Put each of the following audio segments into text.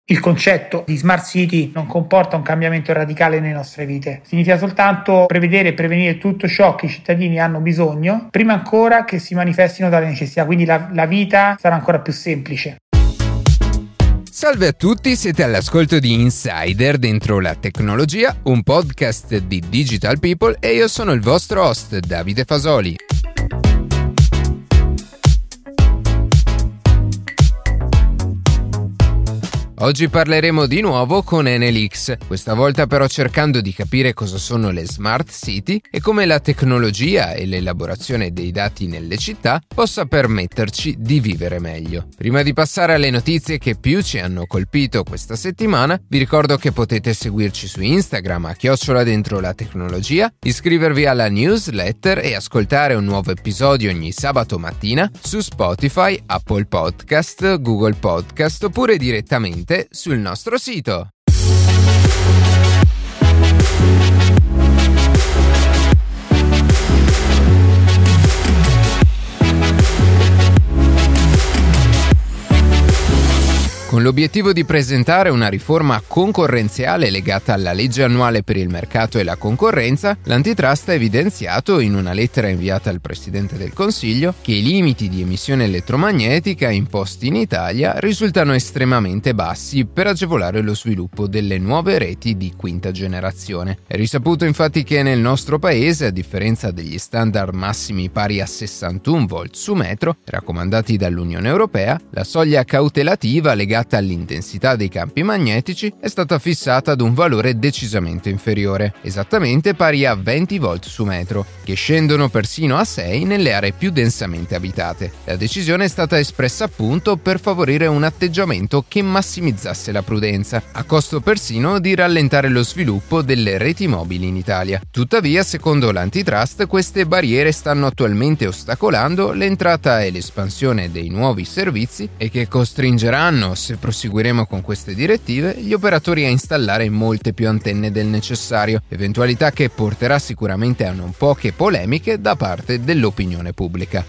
Il concetto di smart city non comporta un cambiamento radicale nelle nostre vite, significa soltanto prevedere e prevenire tutto ciò che i cittadini hanno bisogno prima ancora che si manifestino dalle necessità, quindi la vita sarà ancora più semplice. Salve a tutti, siete all'ascolto di Insider dentro la tecnologia, un podcast di Digital People e io sono il vostro host Davide Fasoli. Oggi parleremo di nuovo con Enel X, questa volta però cercando di capire cosa sono le smart city e come la tecnologia e l'elaborazione dei dati nelle città possa permetterci di vivere meglio. Prima di passare alle notizie che più ci hanno colpito questa settimana, vi ricordo che potete seguirci su Instagram @ dentro la tecnologia, iscrivervi alla newsletter e ascoltare un nuovo episodio ogni sabato mattina su Spotify, Apple Podcast, Google Podcast oppure direttamente sul nostro sito. Con l'obiettivo di presentare una riforma concorrenziale legata alla legge annuale per il mercato e la concorrenza, l'Antitrust ha evidenziato in una lettera inviata al Presidente del Consiglio che i limiti di emissione elettromagnetica imposti in Italia risultano estremamente bassi per agevolare lo sviluppo delle nuove reti di quinta generazione. È risaputo infatti che nel nostro paese, a differenza degli standard massimi pari a 61 volt su metro, raccomandati dall'Unione Europea, la soglia cautelativa legata all'intensità dei campi magnetici è stata fissata ad un valore decisamente inferiore, esattamente pari a 20 volt su metro, che scendono persino a 6 nelle aree più densamente abitate. La decisione è stata espressa appunto per favorire un atteggiamento che massimizzasse la prudenza, a costo persino di rallentare lo sviluppo delle reti mobili in Italia. Tuttavia, secondo l'Antitrust, queste barriere stanno attualmente ostacolando l'entrata e l'espansione dei nuovi servizi e che costringeranno, se proseguiremo con queste direttive, gli operatori a installare molte più antenne del necessario, eventualità che porterà sicuramente a non poche polemiche da parte dell'opinione pubblica.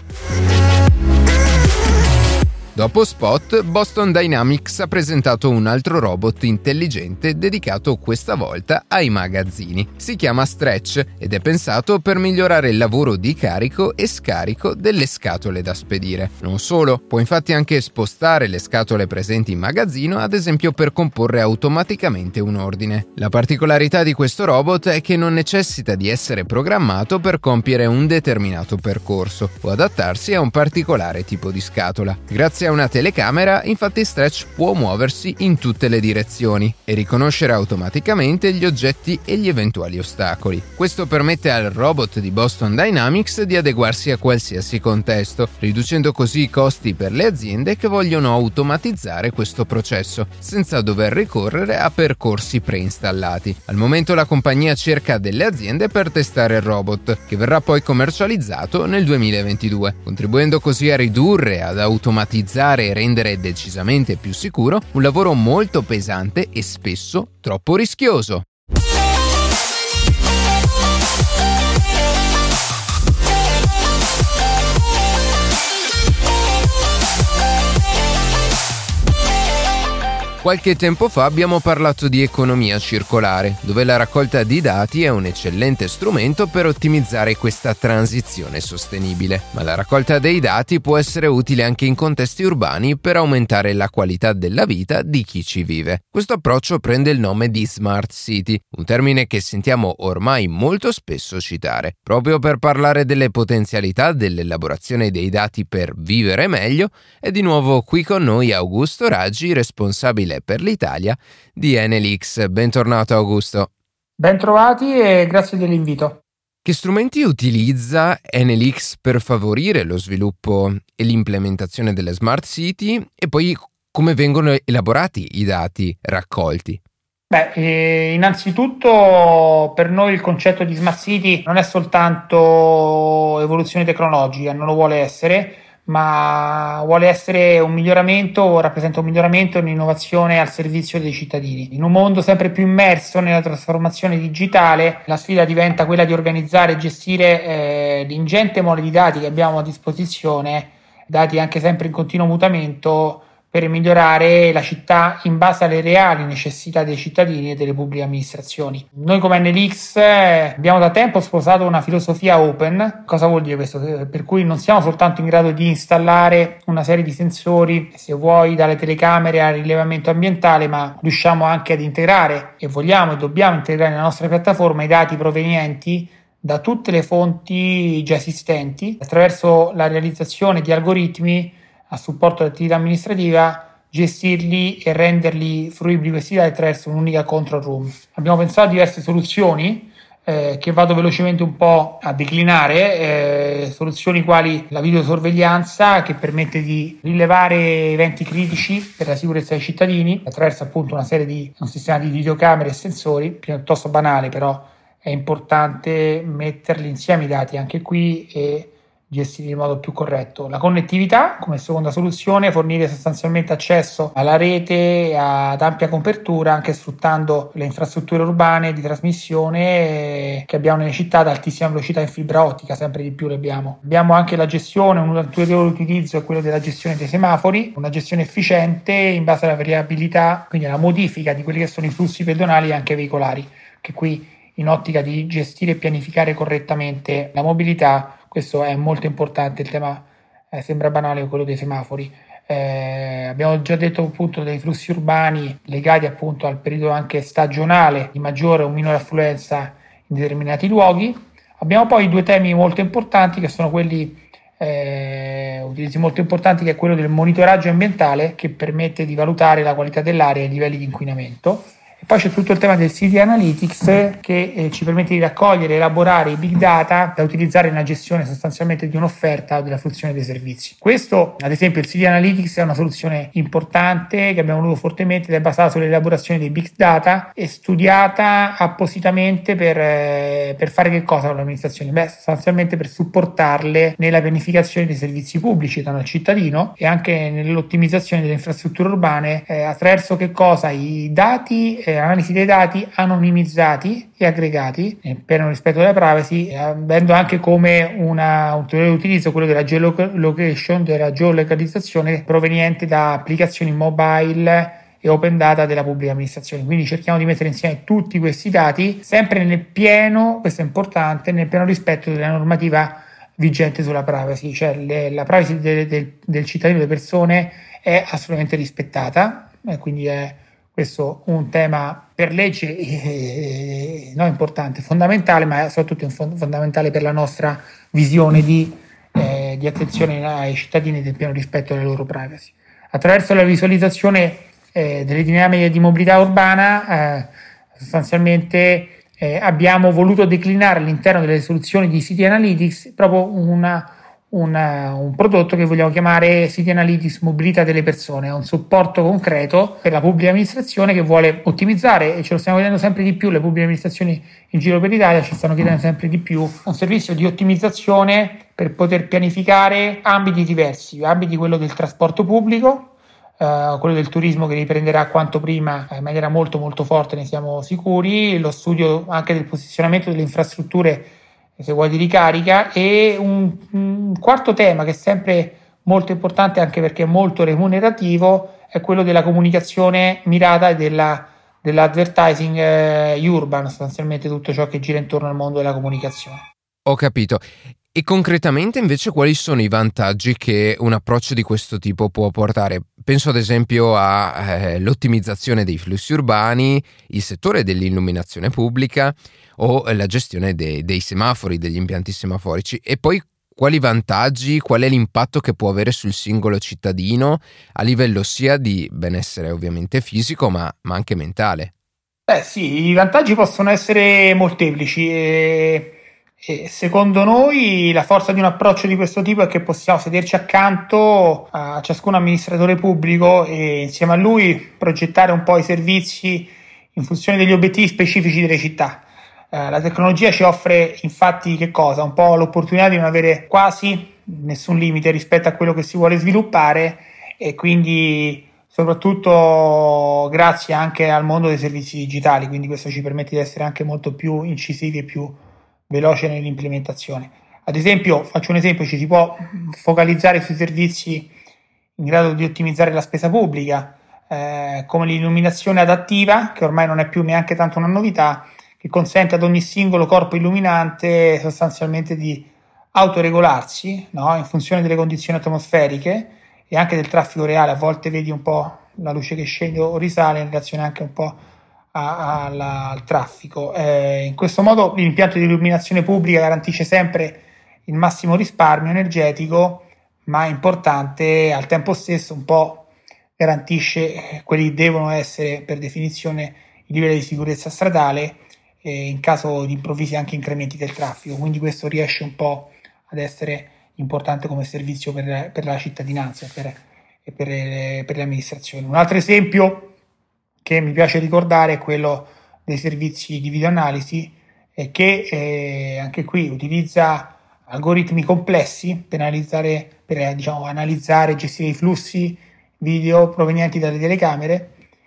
Dopo Spot, Boston Dynamics ha presentato un altro robot intelligente dedicato questa volta ai magazzini. Si chiama Stretch ed è pensato per migliorare il lavoro di carico e scarico delle scatole da spedire. Non solo, può infatti anche spostare le scatole presenti in magazzino, ad esempio per comporre automaticamente un ordine. La particolarità di questo robot è che non necessita di essere programmato per compiere un determinato percorso o adattarsi a un particolare tipo di scatola. Grazie a una telecamera, infatti Stretch può muoversi in tutte le direzioni e riconoscere automaticamente gli oggetti e gli eventuali ostacoli. Questo permette al robot di Boston Dynamics di adeguarsi a qualsiasi contesto, riducendo così i costi per le aziende che vogliono automatizzare questo processo, senza dover ricorrere a percorsi preinstallati. Al momento la compagnia cerca delle aziende per testare il robot, che verrà poi commercializzato nel 2022, contribuendo così a ridurre, ad automatizzare e rendere decisamente più sicuro un lavoro molto pesante e spesso troppo rischioso. Qualche tempo fa abbiamo parlato di economia circolare, dove la raccolta di dati è un eccellente strumento per ottimizzare questa transizione sostenibile. Ma la raccolta dei dati può essere utile anche in contesti urbani per aumentare la qualità della vita di chi ci vive. Questo approccio prende il nome di Smart City, un termine che sentiamo ormai molto spesso citare. Proprio per parlare delle potenzialità dell'elaborazione dei dati per vivere meglio, è di nuovo qui con noi Augusto Raggi, responsabile per l'Italia di Enel X. Bentornato Augusto. Bentrovati e grazie dell'invito. Che strumenti utilizza Enel X per favorire lo sviluppo e l'implementazione delle smart city e poi come vengono elaborati i dati raccolti? Innanzitutto per noi il concetto di smart city non è soltanto evoluzione tecnologica, non lo vuole essere, ma vuole essere un miglioramento, rappresenta un miglioramento e un'innovazione al servizio dei cittadini. In un mondo sempre più immerso nella trasformazione digitale, la sfida diventa quella di organizzare e gestire l'ingente mole di dati che abbiamo a disposizione, dati anche sempre in continuo mutamento, per migliorare la città in base alle reali necessità dei cittadini e delle pubbliche amministrazioni. Noi come NLX abbiamo da tempo sposato una filosofia open. Cosa vuol dire questo? Per cui non siamo soltanto in grado di installare una serie di sensori, se vuoi dalle telecamere al rilevamento ambientale, ma riusciamo anche ad integrare, e vogliamo e dobbiamo integrare nella nostra piattaforma, i dati provenienti da tutte le fonti già esistenti attraverso la realizzazione di algoritmi a supporto dell'attività amministrativa, gestirli e renderli fruibili questi dati attraverso un'unica control room. Abbiamo pensato a diverse soluzioni che vado velocemente un po' a declinare, soluzioni quali la videosorveglianza, che permette di rilevare eventi critici per la sicurezza dei cittadini attraverso appunto un sistema di videocamere e sensori, piuttosto banale, però è importante metterli insieme i dati anche qui e gestiti in modo più corretto. La connettività come seconda soluzione, fornire sostanzialmente accesso alla rete ad ampia copertura anche sfruttando le infrastrutture urbane di trasmissione che abbiamo nelle città ad altissima velocità in fibra ottica, sempre di più le abbiamo. Abbiamo anche la gestione, un ulteriore utilizzo è quello della gestione dei semafori, una gestione efficiente in base alla variabilità, quindi alla modifica di quelli che sono i flussi pedonali e anche veicolari, che qui in ottica di gestire e pianificare correttamente la mobilità. Questo è molto importante, il tema sembra banale quello dei semafori. Abbiamo già detto appunto dei flussi urbani legati appunto al periodo anche stagionale di maggiore o minore affluenza in determinati luoghi. Abbiamo poi due temi molto importanti che sono quelli utilizzi molto importanti, che è quello del monitoraggio ambientale, che permette di valutare la qualità dell'aria e i livelli di inquinamento. E poi c'è tutto il tema del City Analytics che ci permette di raccogliere e elaborare i big data da utilizzare nella gestione sostanzialmente di un'offerta o della fruizione dei servizi. Questo, ad esempio, il City Analytics è una soluzione importante che abbiamo voluto fortemente ed è basata sull'elaborazione dei big data e studiata appositamente per fare che cosa con le amministrazioni? Sostanzialmente per supportarle nella pianificazione dei servizi pubblici danno al cittadino e anche nell'ottimizzazione delle infrastrutture urbane attraverso che cosa? I dati, analisi dei dati anonimizzati e aggregati nel pieno rispetto della privacy, avendo anche come un ulteriore utilizzo quello della geolocation, della geolocalizzazione proveniente da applicazioni mobile e open data della pubblica amministrazione. Quindi cerchiamo di mettere insieme tutti questi dati sempre nel pieno, questo è importante, nel pieno rispetto della normativa vigente sulla privacy, cioè la privacy del cittadino, delle persone è assolutamente rispettata, e quindi è questo un tema per legge non importante, fondamentale, ma soprattutto fondamentale per la nostra visione di attenzione ai cittadini del pieno rispetto della loro privacy. Attraverso la visualizzazione delle dinamiche di mobilità urbana, sostanzialmente abbiamo voluto declinare all'interno delle soluzioni di City Analytics proprio un prodotto che vogliamo chiamare City Analytics Mobilità delle persone. È un supporto concreto per la pubblica amministrazione che vuole ottimizzare, e ce lo stiamo vedendo sempre di più, le pubbliche amministrazioni in giro per l'Italia ci stanno chiedendo sempre di più un servizio di ottimizzazione per poter pianificare ambiti diversi, ambiti quello del trasporto pubblico, quello del turismo che riprenderà quanto prima in maniera molto molto forte, ne siamo sicuri, lo studio anche del posizionamento delle infrastrutture, se vuoi, di ricarica, e un quarto tema che è sempre molto importante anche perché è molto remunerativo è quello della comunicazione mirata e dell'advertising urban, sostanzialmente tutto ciò che gira intorno al mondo della comunicazione. Ho capito. E concretamente invece quali sono i vantaggi che un approccio di questo tipo può portare? Penso ad esempio all'ottimizzazione dei flussi urbani, il settore dell'illuminazione pubblica o la gestione dei semafori, degli impianti semaforici. E poi quali vantaggi, qual è l'impatto che può avere sul singolo cittadino a livello sia di benessere ovviamente fisico ma anche mentale? Sì, i vantaggi possono essere molteplici e secondo noi la forza di un approccio di questo tipo è che possiamo sederci accanto a ciascun amministratore pubblico e insieme a lui progettare un po' i servizi in funzione degli obiettivi specifici delle città. La tecnologia ci offre infatti che cosa? Un po' l'opportunità di non avere quasi nessun limite rispetto a quello che si vuole sviluppare, e quindi soprattutto grazie anche al mondo dei servizi digitali, quindi questo ci permette di essere anche molto più incisivi e più veloce nell'implementazione. Ad esempio, faccio un esempio, ci si può focalizzare sui servizi in grado di ottimizzare la spesa pubblica, come l'illuminazione adattiva, che ormai non è più neanche tanto una novità, che consente ad ogni singolo corpo illuminante sostanzialmente di autoregolarsi, no? In funzione delle condizioni atmosferiche e anche del traffico reale. A volte vedi un po' la luce che scende o risale in relazione anche un po' al traffico. In questo modo l'impianto di illuminazione pubblica garantisce sempre il massimo risparmio energetico, ma è importante al tempo stesso un po' garantisce quelli che devono essere per definizione i livelli di sicurezza stradale in caso di improvvisi anche incrementi del traffico. Quindi questo riesce un po' ad essere importante come servizio per la cittadinanza e per le amministrazioni. Un altro esempio che mi piace ricordare è quello dei servizi di videoanalisi, che anche qui utilizza algoritmi complessi per analizzare e gestire i flussi video provenienti dalle telecamere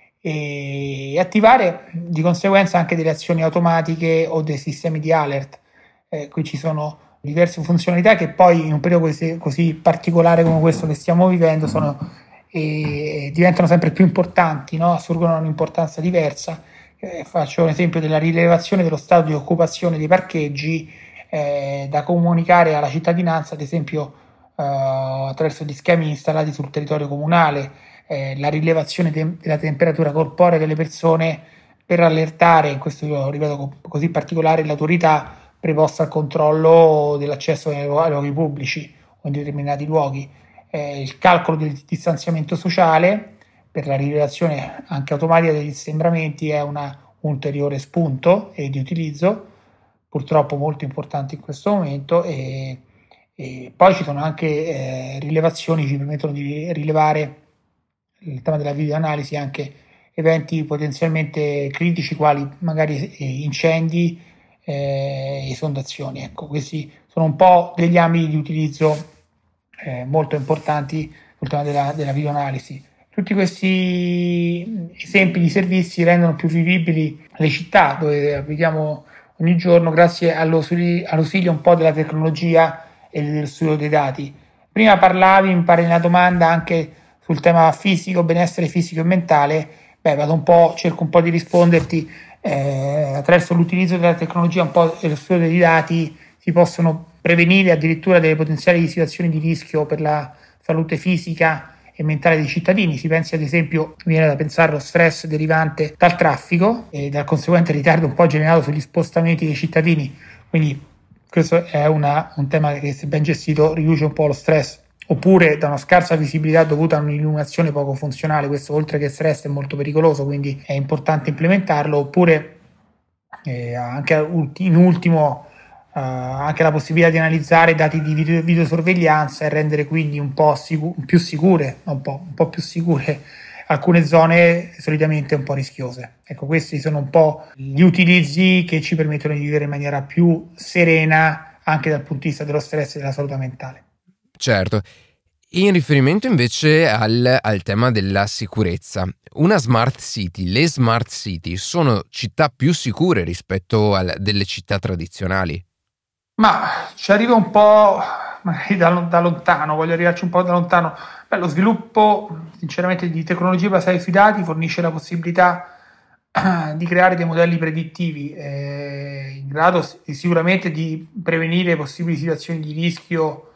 e attivare di conseguenza anche delle azioni automatiche o dei sistemi di alert. Qui ci sono diverse funzionalità che poi in un periodo così particolare come questo che stiamo vivendo diventano sempre più importanti, no? Assurgono un'importanza diversa. Faccio un esempio della rilevazione dello stato di occupazione dei parcheggi da comunicare alla cittadinanza, ad esempio attraverso gli schemi installati sul territorio comunale, la rilevazione della temperatura corporea delle persone per allertare, in questo ripeto così particolare, l'autorità preposta al controllo dell'accesso ai luoghi pubblici o in determinati luoghi. Il calcolo del distanziamento sociale per la rilevazione anche automatica degli assembramenti è un ulteriore spunto di utilizzo, purtroppo molto importante in questo momento, e poi ci sono anche rilevazioni che ci permettono di rilevare il tema della videoanalisi anche eventi potenzialmente critici quali magari incendi, esondazioni. Ecco, questi sono un po' degli ambiti di utilizzo molto importanti sul tema della videoanalisi. Tutti questi esempi di servizi rendono più vivibili le città dove viviamo ogni giorno grazie all'ausilio un po' della tecnologia e dello studio dei dati. Prima parlavi, mi pare nella domanda, anche sul tema fisico, benessere fisico e mentale. Cerco un po' di risponderti. Attraverso l'utilizzo della tecnologia un po' e lo studio dei dati si possono prevenire addirittura delle potenziali situazioni di rischio per la salute fisica e mentale dei cittadini. Si pensi ad esempio, viene da pensare allo stress derivante dal traffico e dal conseguente ritardo un po' generato sugli spostamenti dei cittadini, quindi questo è un tema che, se ben gestito, riduce un po' lo stress, oppure da una scarsa visibilità dovuta a un'illuminazione poco funzionale. Questo, oltre che stress, è molto pericoloso, quindi è importante implementarlo. Oppure anche in ultimo anche la possibilità di analizzare dati di videosorveglianza e rendere quindi un po' più sicure alcune zone solitamente un po' rischiose. Ecco, questi sono un po' gli utilizzi che ci permettono di vivere in maniera più serena anche dal punto di vista dello stress e della salute mentale. Certo. In riferimento invece al tema della sicurezza, una smart city, le smart city sono città più sicure rispetto a delle città tradizionali? Ma ci arriva un po' magari da lontano, voglio arrivarci un po' da lontano. Lo sviluppo sinceramente di tecnologie basate sui dati fornisce la possibilità di creare dei modelli predittivi in grado sicuramente di prevenire possibili situazioni di rischio.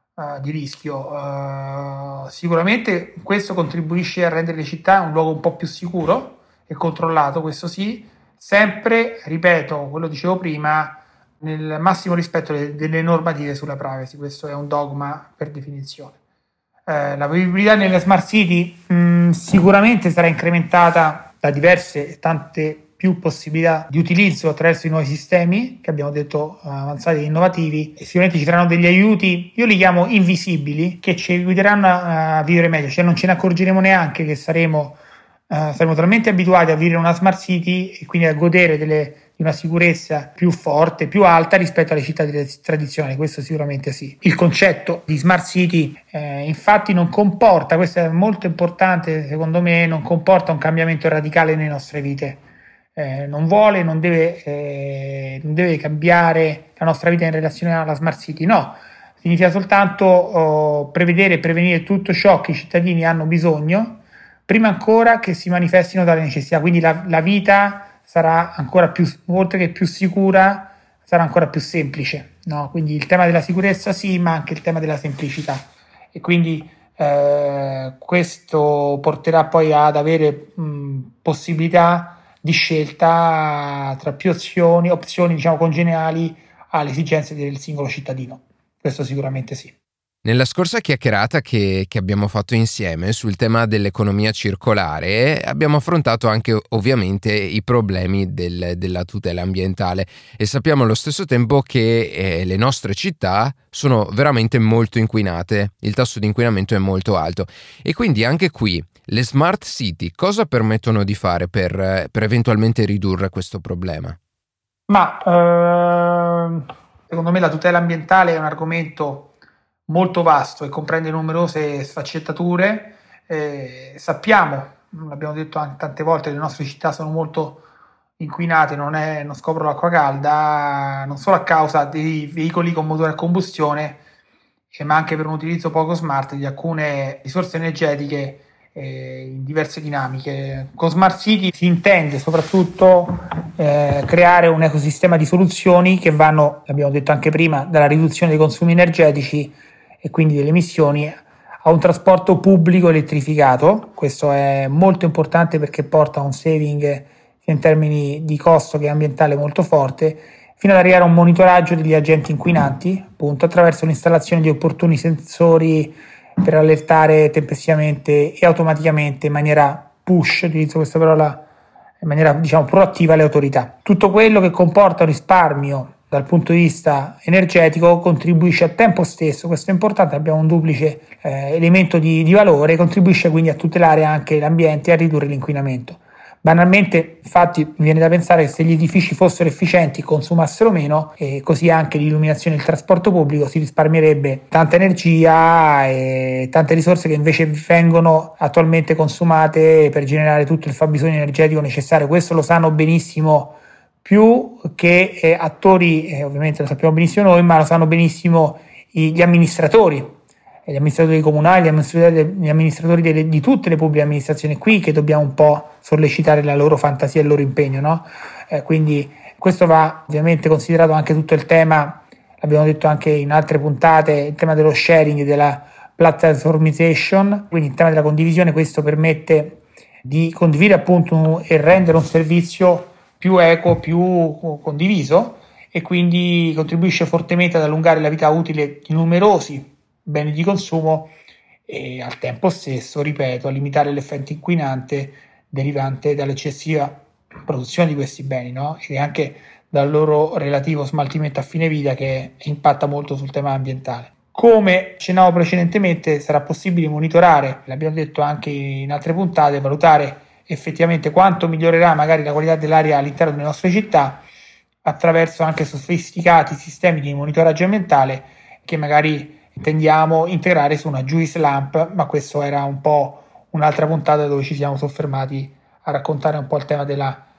Sicuramente questo contribuisce a rendere le città un luogo un po' più sicuro e controllato, questo sì, sempre, ripeto, quello dicevo prima, nel massimo rispetto delle normative sulla privacy. Questo è un dogma per definizione. La vivibilità nelle smart city sicuramente sarà incrementata da diverse e tante più possibilità di utilizzo attraverso i nuovi sistemi che abbiamo detto avanzati e innovativi, e sicuramente ci saranno degli aiuti, io li chiamo invisibili, che ci aiuteranno a vivere meglio, cioè non ce ne accorgeremo neanche che saremo talmente abituati a vivere in una smart city e quindi a godere di una sicurezza più forte, più alta rispetto alle città tradizionali. Questo sicuramente sì. Il concetto di smart city infatti non comporta, questo è molto importante secondo me, non comporta un cambiamento radicale nelle nostre vite. Non deve cambiare la nostra vita in relazione alla smart city, no, significa soltanto prevedere e prevenire tutto ciò che i cittadini hanno bisogno prima ancora che si manifestino tale necessità. Quindi la vita sarà ancora più, oltre che più sicura, sarà ancora più semplice, no? Quindi il tema della sicurezza sì, ma anche il tema della semplicità, e quindi questo porterà poi ad avere possibilità di scelta tra più opzioni diciamo congeniali alle esigenze del singolo cittadino. Questo sicuramente sì. Nella scorsa chiacchierata che abbiamo fatto insieme sul tema dell'economia circolare abbiamo affrontato anche ovviamente i problemi della tutela ambientale, e sappiamo allo stesso tempo che le nostre città sono veramente molto inquinate, il tasso di inquinamento è molto alto, e quindi anche qui le smart city cosa permettono di fare per eventualmente ridurre questo problema? Ma secondo me la tutela ambientale è un argomento molto vasto e comprende numerose sfaccettature. Sappiamo, l'abbiamo detto anche tante volte, che le nostre città sono molto inquinate, non scoprono l'acqua calda, non solo a causa dei veicoli con motore a combustione, ma anche per un utilizzo poco smart di alcune risorse energetiche in diverse dinamiche. Con Smart City si intende soprattutto creare un ecosistema di soluzioni che vanno, l'abbiamo detto anche prima, dalla riduzione dei consumi energetici e quindi delle emissioni a un trasporto pubblico elettrificato. Questo è molto importante perché porta a un saving sia in termini di costo che ambientale molto forte, fino ad arrivare a un monitoraggio degli agenti inquinanti, appunto attraverso l'installazione di opportuni sensori per allertare tempestivamente e automaticamente in maniera push, utilizzo questa parola, in maniera diciamo proattiva, le autorità. Tutto quello che comporta un risparmio dal punto di vista energetico contribuisce a tempo stesso, questo è importante, abbiamo un duplice elemento di valore, contribuisce quindi a tutelare anche l'ambiente e a ridurre l'inquinamento. Banalmente, infatti, mi viene da pensare che se gli edifici fossero efficienti, consumassero meno, e così anche l'illuminazione e il trasporto pubblico, si risparmierebbe tanta energia e tante risorse che invece vengono attualmente consumate per generare tutto il fabbisogno energetico necessario. Questo lo sanno benissimo più che attori, ovviamente lo sappiamo benissimo noi, ma lo sanno benissimo gli amministratori comunali, gli amministratori di tutte le pubbliche amministrazioni. Qui che dobbiamo un po' sollecitare la loro fantasia e il loro impegno, no? Quindi questo va ovviamente considerato anche tutto il tema, l'abbiamo detto anche in altre puntate, il tema dello sharing, della platformization, quindi il tema della condivisione. Questo permette di condividere appunto e rendere un servizio più equo, più condiviso, e quindi contribuisce fortemente ad allungare la vita utile di numerosi beni di consumo e al tempo stesso, ripeto, a limitare l'effetto inquinante derivante dall'eccessiva produzione di questi beni, no? E anche dal loro relativo smaltimento a fine vita, che impatta molto sul tema ambientale. Come accennavo precedentemente, sarà possibile monitorare, l'abbiamo detto anche in altre puntate, valutare effettivamente quanto migliorerà magari la qualità dell'aria all'interno delle nostre città attraverso anche sofisticati sistemi di monitoraggio ambientale che magari intendiamo integrare su una Juice Lamp, ma questo era un po' un'altra puntata dove ci siamo soffermati a raccontare un po' il tema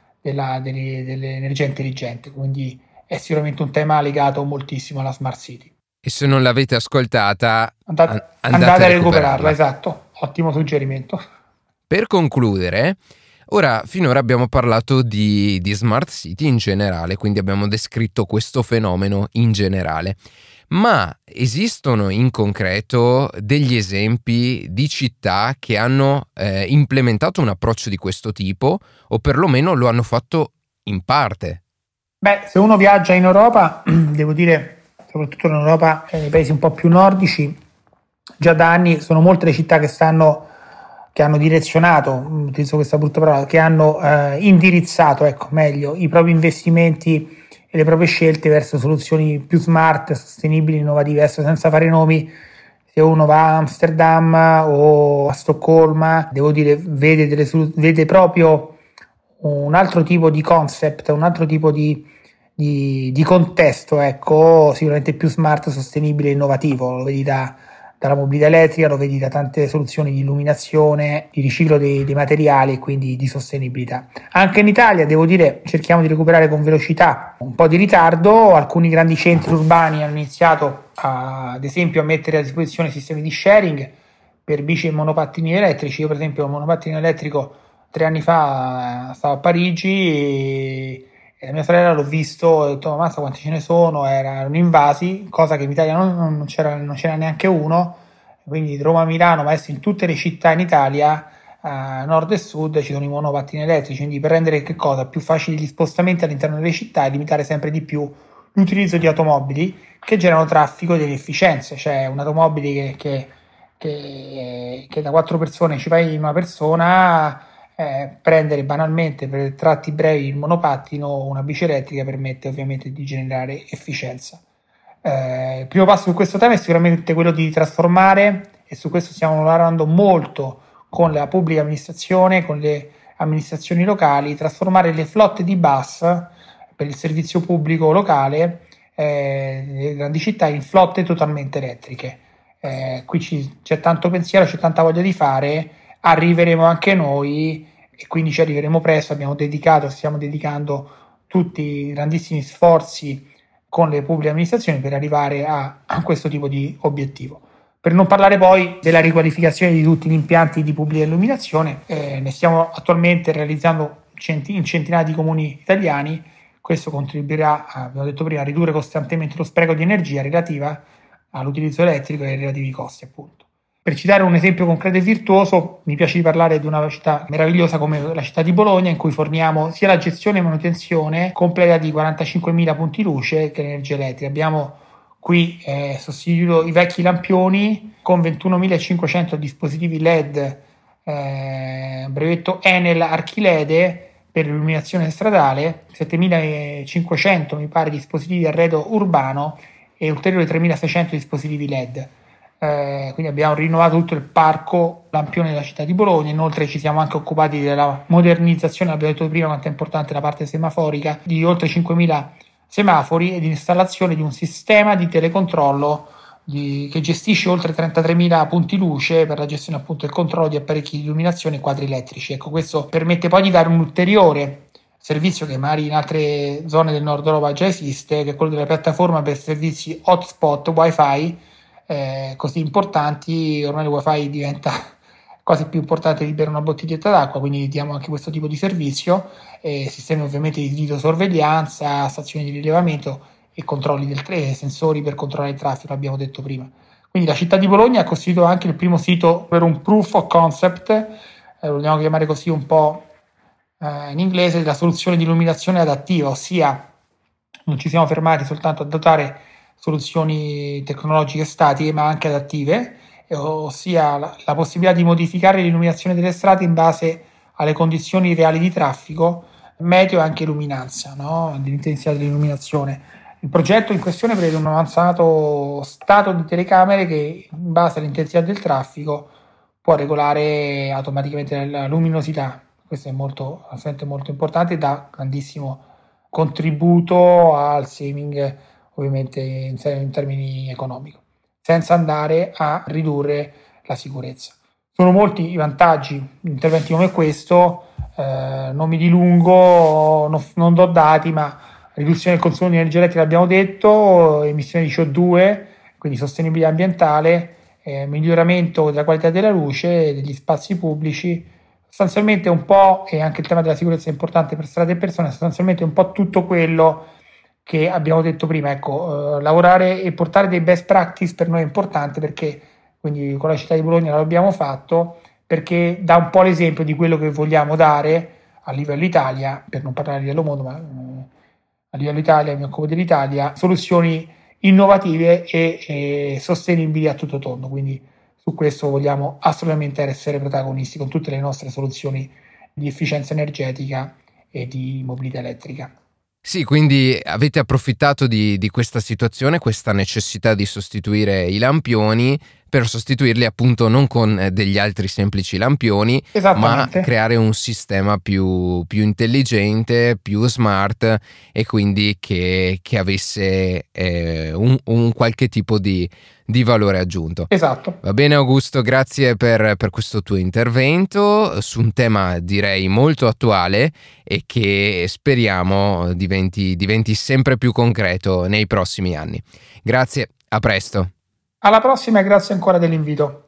dell'energia intelligente, quindi è sicuramente un tema legato moltissimo alla Smart City. E se non l'avete ascoltata, andate a recuperarla. Esatto, ottimo suggerimento. Per concludere, ora finora abbiamo parlato di Smart City in generale, quindi abbiamo descritto questo fenomeno in generale. Ma esistono in concreto degli esempi di città che hanno implementato un approccio di questo tipo, o perlomeno lo hanno fatto in parte? Beh, se uno viaggia in Europa, devo dire, soprattutto in Europa, nei paesi un po' più nordici, già da anni sono molte le città che hanno direzionato, utilizzo questa brutta parola, che hanno indirizzato, meglio, i propri investimenti e le proprie scelte verso soluzioni più smart, sostenibili, innovative. Adesso, senza fare nomi, se uno va a Amsterdam o a Stoccolma, devo dire, vede proprio un altro tipo di concept, un altro tipo di contesto, sicuramente più smart, sostenibile e innovativo. Lo vedi da dalla mobilità elettrica, lo vedi da tante soluzioni di illuminazione, di riciclo dei materiali e quindi di sostenibilità. Anche in Italia, devo dire, cerchiamo di recuperare con velocità, un po' di ritardo. Alcuni grandi centri urbani hanno iniziato ad esempio a mettere a disposizione sistemi di sharing per bici e monopattini elettrici. Io per esempio un monopattino elettrico 3 anni fa stavo a Parigi e la mia sorella l'ho visto, ho detto ammazza quanti ce ne sono, erano invasi, cosa che in Italia non c'era neanche uno. Quindi Roma-Milano, ma adesso in tutte le città in Italia, nord e sud, ci sono i monopattini elettrici, quindi per rendere che cosa? Più facili gli spostamenti all'interno delle città e limitare sempre di più l'utilizzo di automobili che generano traffico ed inefficienze. Cioè un'automobile che da 4 persone ci vai in una persona, prendere banalmente per tratti brevi il monopattino o una bici elettrica permette ovviamente di generare efficienza. Il primo passo su questo tema è sicuramente quello di trasformare, e su questo stiamo lavorando molto con la pubblica amministrazione, con le amministrazioni locali, trasformare le flotte di bus per il servizio pubblico locale nelle grandi città in flotte totalmente elettriche. Qui c'è tanto pensiero, c'è tanta voglia di fare, arriveremo anche noi e quindi ci arriveremo presto. Stiamo dedicando tutti i grandissimi sforzi con le pubbliche amministrazioni per arrivare a questo tipo di obiettivo. Per non parlare poi della riqualificazione di tutti gli impianti di pubblica illuminazione, ne stiamo attualmente realizzando in centinaia di comuni italiani. Questo contribuirà, abbiamo detto prima, a ridurre costantemente lo spreco di energia relativa all'utilizzo elettrico e ai relativi costi, appunto. Per citare un esempio concreto e virtuoso, mi piace di parlare di una città meravigliosa come la città di Bologna, in cui forniamo sia la gestione e manutenzione completa di 45.000 punti luce che l'energia elettrica. Abbiamo qui sostituito i vecchi lampioni con 21.500 dispositivi LED, brevetto Enel Archilede per l'illuminazione stradale, 7.500 mi pare dispositivi arredo urbano e ulteriori 3.600 dispositivi LED. Quindi abbiamo rinnovato tutto il parco lampione della città di Bologna. Inoltre ci siamo anche occupati della modernizzazione, abbiamo detto prima quanto è importante la parte semaforica, di oltre 5.000 semafori e di installazione di un sistema di telecontrollo che gestisce oltre 33.000 punti luce per la gestione appunto del controllo di apparecchi di illuminazione e quadri elettrici. Ecco, questo permette poi di dare un ulteriore servizio che magari in altre zone del nord Europa già esiste, che è quello della piattaforma per servizi hotspot wifi, così importanti. Ormai il wifi diventa quasi più importante di bere una bottiglietta d'acqua, quindi diamo anche questo tipo di servizio, sistemi ovviamente di videosorveglianza, stazioni di rilevamento e controlli sensori per controllare il traffico, l'abbiamo detto prima. Quindi la città di Bologna ha costituito anche il primo sito per un proof of concept, lo vogliamo chiamare così un po' in inglese, della soluzione di illuminazione adattiva, ossia non ci siamo fermati soltanto a dotare soluzioni tecnologiche statiche ma anche adattive, ossia la possibilità di modificare l'illuminazione delle strade in base alle condizioni reali di traffico, meteo e anche luminanza, no? L'intensità dell'illuminazione. Il progetto in questione prevede un avanzato stato di telecamere che in base all'intensità del traffico può regolare automaticamente la luminosità. Questo è molto importante e dà grandissimo contributo al saving ovviamente in termini economici, senza andare a ridurre la sicurezza. Sono molti i vantaggi di interventi come questo, non mi dilungo, non do dati, ma riduzione del consumo di energia elettrica abbiamo detto, emissione di CO2, quindi sostenibilità ambientale, miglioramento della qualità della luce, degli spazi pubblici, sostanzialmente un po', e anche il tema della sicurezza è importante per strade e persone, sostanzialmente un po' tutto quello che abbiamo detto prima. Ecco, lavorare e portare dei best practice per noi è importante, perché quindi con la città di Bologna l'abbiamo fatto, perché dà un po' l'esempio di quello che vogliamo dare a livello Italia, per non parlare a livello mondo, ma a livello Italia, mi occupo dell'Italia, soluzioni innovative e sostenibili a tutto tondo. Quindi su questo vogliamo assolutamente essere protagonisti con tutte le nostre soluzioni di efficienza energetica e di mobilità elettrica. Sì, quindi avete approfittato di questa situazione, questa necessità di sostituire i lampioni per sostituirli appunto non con degli altri semplici lampioni, ma creare un sistema più intelligente, più smart, e quindi che avesse un qualche tipo di valore aggiunto. Esatto. Va bene Augusto, grazie per questo tuo intervento su un tema direi molto attuale e che speriamo diventi sempre più concreto nei prossimi anni. Grazie, a presto. Alla prossima e grazie ancora dell'invito.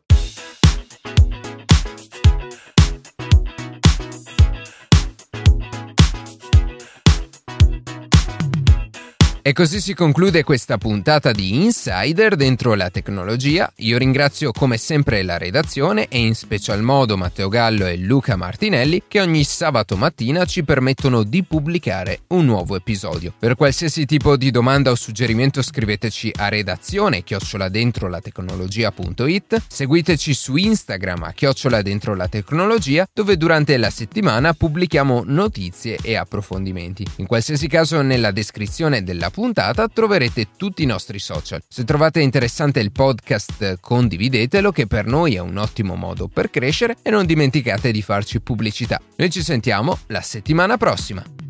E così si conclude questa puntata di Insider dentro la tecnologia. Io ringrazio come sempre la redazione e in special modo Matteo Gallo e Luca Martinelli, che ogni sabato mattina ci permettono di pubblicare un nuovo episodio. Per qualsiasi tipo di domanda o suggerimento scriveteci a redazione@dentrolatecnologia.it, seguiteci su Instagram @dentrolatecnologia, dove durante la settimana pubblichiamo notizie e approfondimenti. In qualsiasi caso, nella descrizione della puntata troverete tutti i nostri social. Se trovate interessante il podcast, condividetelo, che per noi è un ottimo modo per crescere, e non dimenticate di farci pubblicità. Noi ci sentiamo la settimana prossima.